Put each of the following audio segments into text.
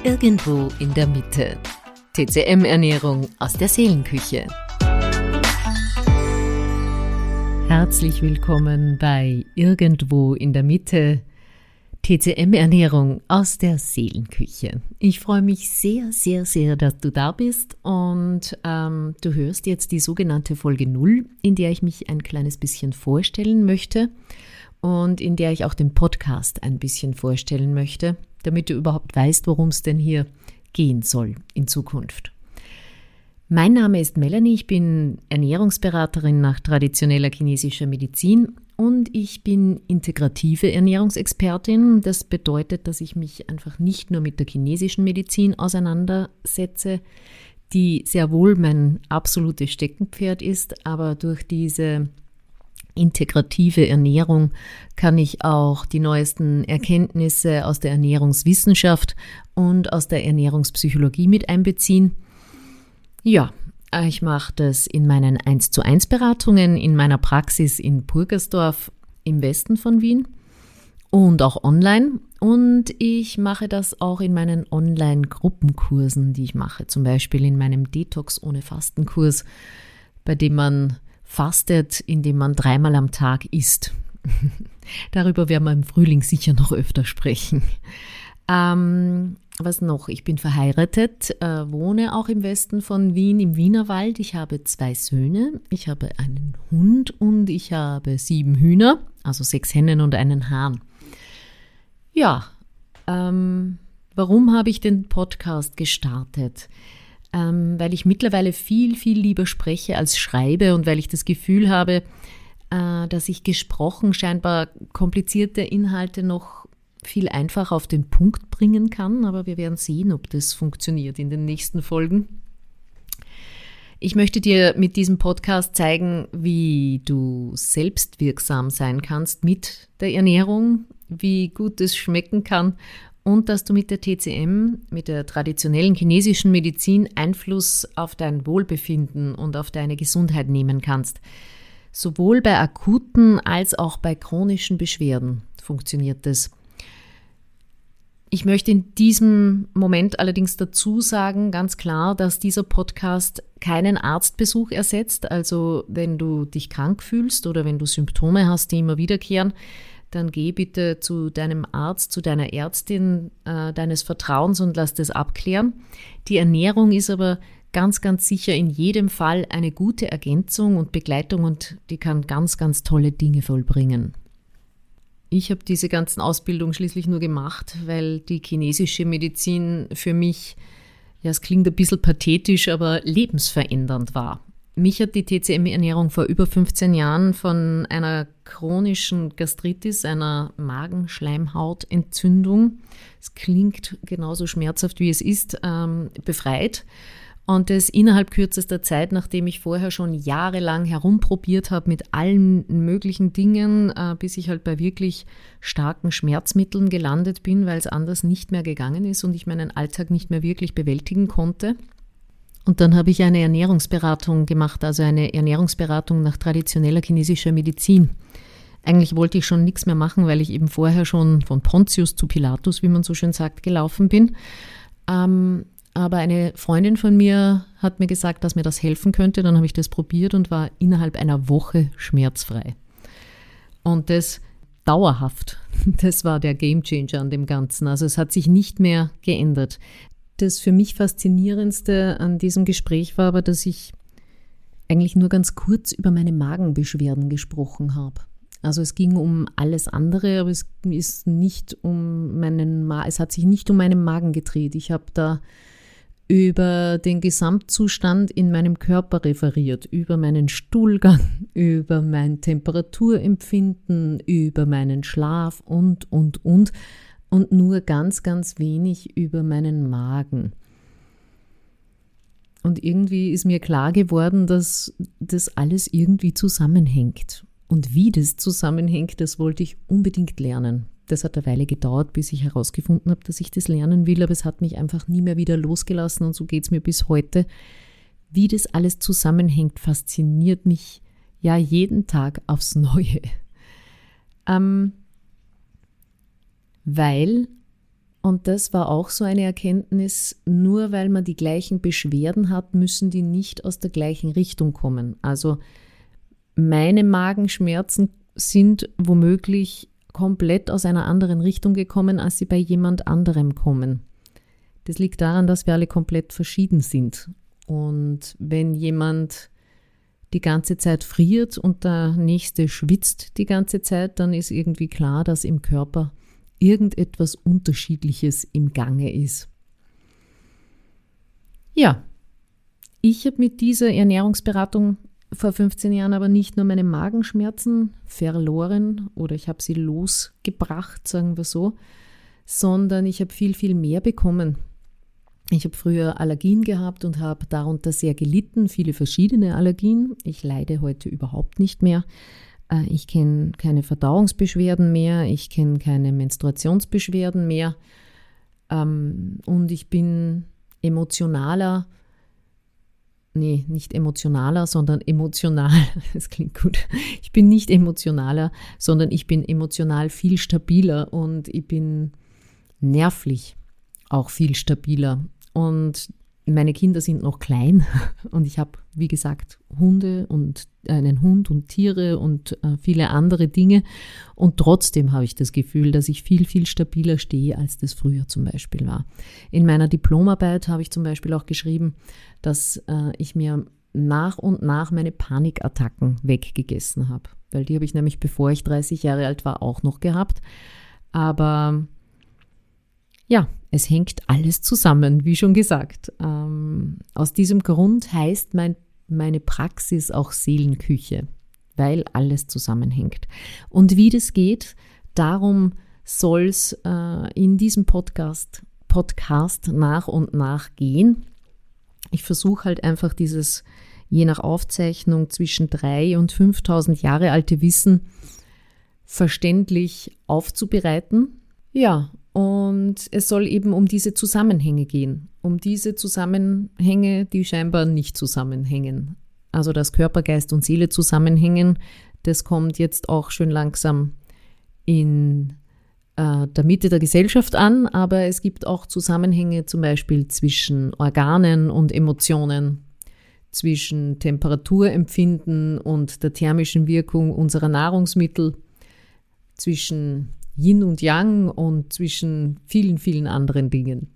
Irgendwo in der Mitte. TCM-Ernährung aus der Seelenküche. Herzlich willkommen bei Irgendwo in der Mitte. TCM-Ernährung aus der Seelenküche. Ich freue mich sehr, sehr, sehr, dass du da bist und du hörst jetzt die sogenannte Folge 0, in der ich mich ein kleines bisschen vorstellen möchte und in der ich auch den Podcast ein bisschen vorstellen möchte, damit du überhaupt weißt, worum es denn hier gehen soll in Zukunft. Mein Name ist Melanie, ich bin Ernährungsberaterin nach traditioneller chinesischer Medizin und ich bin integrative Ernährungsexpertin. Das bedeutet, dass ich mich einfach nicht nur mit der chinesischen Medizin auseinandersetze, die sehr wohl mein absolutes Steckenpferd ist, aber durch diese integrative Ernährung kann ich auch die neuesten Erkenntnisse aus der Ernährungswissenschaft und aus der Ernährungspsychologie mit einbeziehen. Ja, ich mache das in meinen 1:1 Beratungen, in meiner Praxis in Purgersdorf im Westen von Wien und auch online. Und ich mache das auch in meinen Online-Gruppenkursen, die ich mache, zum Beispiel in meinem Detox ohne Fasten-Kurs, bei dem man fastet, indem man 3-mal am Tag isst. Darüber werden wir im Frühling sicher noch öfter sprechen. Was noch? Ich bin verheiratet, wohne auch im Westen von Wien, im Wienerwald. Ich habe 2 Söhne, ich habe einen Hund und ich habe 7 Hühner, also 6 Hennen und einen Hahn. Ja, warum habe ich den Podcast gestartet? Weil ich mittlerweile viel, viel lieber spreche als schreibe und weil ich das Gefühl habe, dass ich gesprochen scheinbar komplizierte Inhalte noch viel einfacher auf den Punkt bringen kann. Aber wir werden sehen, ob das funktioniert in den nächsten Folgen. Ich möchte dir mit diesem Podcast zeigen, wie du selbstwirksam sein kannst mit der Ernährung, wie gut es schmecken kann und dass du mit der TCM, mit der traditionellen chinesischen Medizin, Einfluss auf dein Wohlbefinden und auf deine Gesundheit nehmen kannst. Sowohl bei akuten als auch bei chronischen Beschwerden funktioniert das. Ich möchte in diesem Moment allerdings dazu sagen, ganz klar, dass dieser Podcast keinen Arztbesuch ersetzt. Also wenn du dich krank fühlst oder wenn du Symptome hast, die immer wiederkehren, dann geh bitte zu deinem Arzt, zu deiner Ärztin deines Vertrauens und lass das abklären. Die Ernährung ist aber ganz, ganz sicher in jedem Fall eine gute Ergänzung und Begleitung und die kann ganz, ganz tolle Dinge vollbringen. Ich habe diese ganzen Ausbildungen schließlich nur gemacht, weil die chinesische Medizin für mich, ja, es klingt ein bisschen pathetisch, aber lebensverändernd war. Mich hat die TCM-Ernährung vor über 15 Jahren von einer chronischen Gastritis, einer Magenschleimhautentzündung, es klingt genauso schmerzhaft wie es ist, befreit. Und das innerhalb kürzester Zeit, nachdem ich vorher schon jahrelang herumprobiert habe mit allen möglichen Dingen, bis ich halt bei wirklich starken Schmerzmitteln gelandet bin, weil es anders nicht mehr gegangen ist und ich meinen Alltag nicht mehr wirklich bewältigen konnte. Und dann habe ich eine Ernährungsberatung gemacht, also eine Ernährungsberatung nach traditioneller chinesischer Medizin. Eigentlich wollte ich schon nichts mehr machen, weil ich eben vorher schon von Pontius zu Pilatus, wie man so schön sagt, gelaufen bin. Aber eine Freundin von mir hat mir gesagt, dass mir das helfen könnte. Dann habe ich das probiert und war innerhalb einer Woche schmerzfrei. Und das dauerhaft. Das war der Gamechanger an dem Ganzen. Also es hat sich nicht mehr geändert. Das für mich Faszinierendste an diesem Gespräch war aber, dass ich eigentlich nur ganz kurz über meine Magenbeschwerden gesprochen habe. Also es ging um alles andere, aber es hat sich nicht um meinen Magen gedreht. Ich habe da über den Gesamtzustand in meinem Körper referiert, über meinen Stuhlgang, über mein Temperaturempfinden, über meinen Schlaf und nur ganz, ganz wenig über meinen Magen. Und irgendwie ist mir klar geworden, dass das alles irgendwie zusammenhängt. Und wie das zusammenhängt, das wollte ich unbedingt lernen. Das hat eine Weile gedauert, bis ich herausgefunden habe, dass ich das lernen will, aber es hat mich einfach nie mehr wieder losgelassen und so geht es mir bis heute. Wie das alles zusammenhängt, fasziniert mich ja jeden Tag aufs Neue. Weil Und das war auch so eine Erkenntnis, nur weil man die gleichen Beschwerden hat, müssen die nicht aus der gleichen Richtung kommen. Also meine Magenschmerzen sind womöglich komplett aus einer anderen Richtung gekommen, als sie bei jemand anderem kommen. Das liegt daran, dass wir alle komplett verschieden sind. Und wenn jemand die ganze Zeit friert und der Nächste schwitzt die ganze Zeit, dann ist irgendwie klar, dass im Körper irgendetwas Unterschiedliches im Gange ist. Ja, ich habe mit dieser Ernährungsberatung vor 15 Jahren aber nicht nur meine Magenschmerzen verloren oder ich habe sie losgebracht, sagen wir so, sondern ich habe viel, viel mehr bekommen. Ich habe früher Allergien gehabt und habe darunter sehr gelitten, viele verschiedene Allergien. Ich leide heute überhaupt nicht mehr. Ich kenne keine Verdauungsbeschwerden mehr, ich kenne keine Menstruationsbeschwerden mehr und ich bin emotional, das klingt gut. Ich bin nicht emotionaler, sondern ich bin emotional viel stabiler und ich bin nervlich auch viel stabiler. Und meine Kinder sind noch klein und ich habe, wie gesagt, Hunde und einen Hund und Tiere und viele andere Dinge. Und trotzdem habe ich das Gefühl, dass ich viel, viel stabiler stehe, als das früher zum Beispiel war. In meiner Diplomarbeit habe ich zum Beispiel auch geschrieben, dass ich mir nach und nach meine Panikattacken weggegessen habe. Weil die habe ich nämlich, bevor ich 30 Jahre alt war, auch noch gehabt. Aber ja, es hängt alles zusammen, wie schon gesagt. Aus diesem Grund heißt meine Praxis auch Seelenküche, weil alles zusammenhängt. Und wie das geht, darum soll es in diesem Podcast nach und nach gehen. Ich versuche halt einfach dieses, je nach Aufzeichnung, zwischen 3.000 und 5.000 Jahre alte Wissen verständlich aufzubereiten. Ja, und es soll eben um diese Zusammenhänge gehen, um diese Zusammenhänge, die scheinbar nicht zusammenhängen. Also dass Körper, Geist und Seele zusammenhängen, das kommt jetzt auch schön langsam in der Mitte der Gesellschaft an, aber es gibt auch Zusammenhänge zum Beispiel zwischen Organen und Emotionen, zwischen Temperaturempfinden und der thermischen Wirkung unserer Nahrungsmittel, zwischen Yin und Yang und zwischen vielen, vielen anderen Dingen.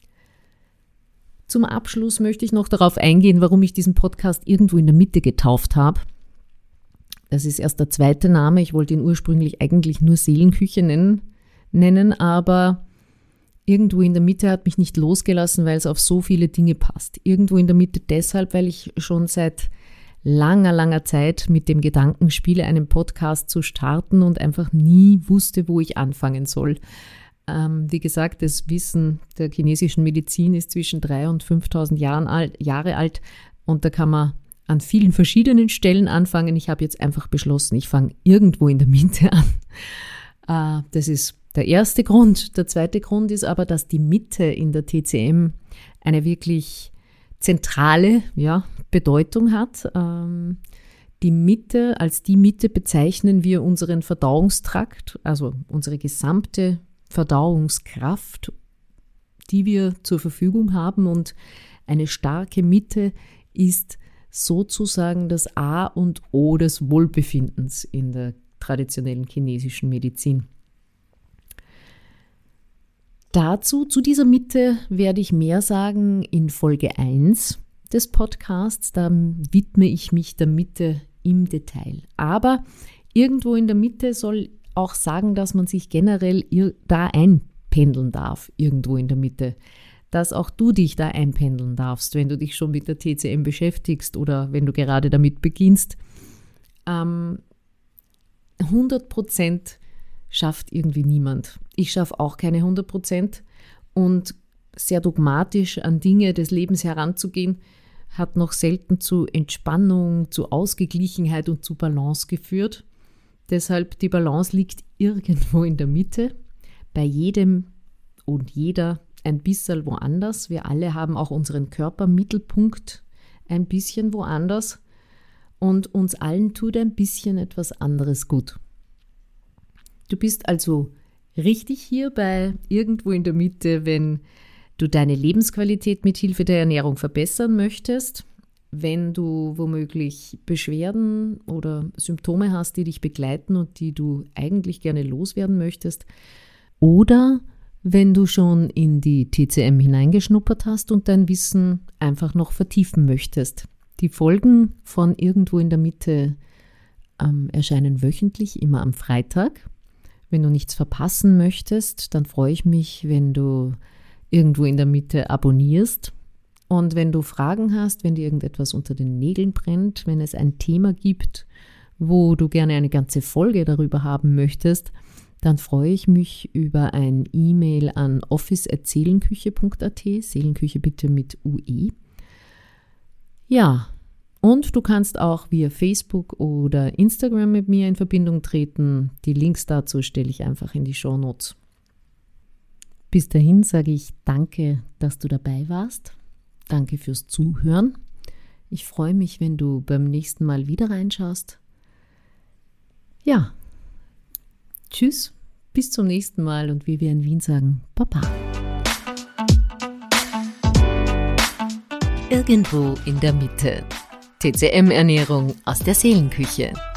Zum Abschluss möchte ich noch darauf eingehen, warum ich diesen Podcast irgendwo in der Mitte getauft habe. Das ist erst der zweite Name. Ich wollte ihn ursprünglich eigentlich nur Seelenküche nennen, aber irgendwo in der Mitte hat mich nicht losgelassen, weil es auf so viele Dinge passt. Irgendwo in der Mitte deshalb, weil ich schon seit langer Zeit mit dem Gedanken spiele, einen Podcast zu starten und einfach nie wusste, wo ich anfangen soll. Wie gesagt, das Wissen der chinesischen Medizin ist zwischen 3.000 und 5.000 Jahre alt und da kann man an vielen verschiedenen Stellen anfangen. Ich habe jetzt einfach beschlossen, ich fange irgendwo in der Mitte an. Das ist der erste Grund. Der zweite Grund ist aber, dass die Mitte in der TCM eine wirklich zentrale Bedeutung hat. Die Mitte, als die Mitte bezeichnen wir unseren Verdauungstrakt, also unsere gesamte Verdauungskraft, die wir zur Verfügung haben. Und eine starke Mitte ist sozusagen das A und O des Wohlbefindens in der traditionellen chinesischen Medizin. Zu dieser Mitte werde ich mehr sagen in Folge 1 des Podcasts. Da widme ich mich der Mitte im Detail. Aber irgendwo in der Mitte soll auch sagen, dass man sich generell da einpendeln darf, irgendwo in der Mitte. Dass auch du dich da einpendeln darfst, wenn du dich schon mit der TCM beschäftigst oder wenn du gerade damit beginnst. 100% schafft irgendwie niemand. Ich schaffe auch keine 100% und sehr dogmatisch an Dinge des Lebens heranzugehen, hat noch selten zu Entspannung, zu Ausgeglichenheit und zu Balance geführt. Deshalb die Balance liegt irgendwo in der Mitte, bei jedem und jeder ein bisschen woanders. Wir alle haben auch unseren Körpermittelpunkt ein bisschen woanders und uns allen tut ein bisschen etwas anderes gut. Du bist also richtig hier bei irgendwo in der Mitte, wenn du deine Lebensqualität mit Hilfe der Ernährung verbessern möchtest, wenn du womöglich Beschwerden oder Symptome hast, die dich begleiten und die du eigentlich gerne loswerden möchtest, oder wenn du schon in die TCM hineingeschnuppert hast und dein Wissen einfach noch vertiefen möchtest. Die Folgen von irgendwo in der Mitte erscheinen wöchentlich, immer am Freitag. Wenn du nichts verpassen möchtest, dann freue ich mich, wenn du irgendwo in der Mitte abonnierst. Und wenn du Fragen hast, wenn dir irgendetwas unter den Nägeln brennt, wenn es ein Thema gibt, wo du gerne eine ganze Folge darüber haben möchtest, dann freue ich mich über ein E-Mail an office@seelenküche.at, Seelenküche bitte mit UE. Ja, und du kannst auch via Facebook oder Instagram mit mir in Verbindung treten. Die Links dazu stelle ich einfach in die Shownotes. Bis dahin sage ich danke, dass du dabei warst. Danke fürs Zuhören. Ich freue mich, wenn du beim nächsten Mal wieder reinschaust. Ja, tschüss, bis zum nächsten Mal und wie wir in Wien sagen, Baba. Irgendwo in der Mitte. TCM-Ernährung aus der Seelenküche.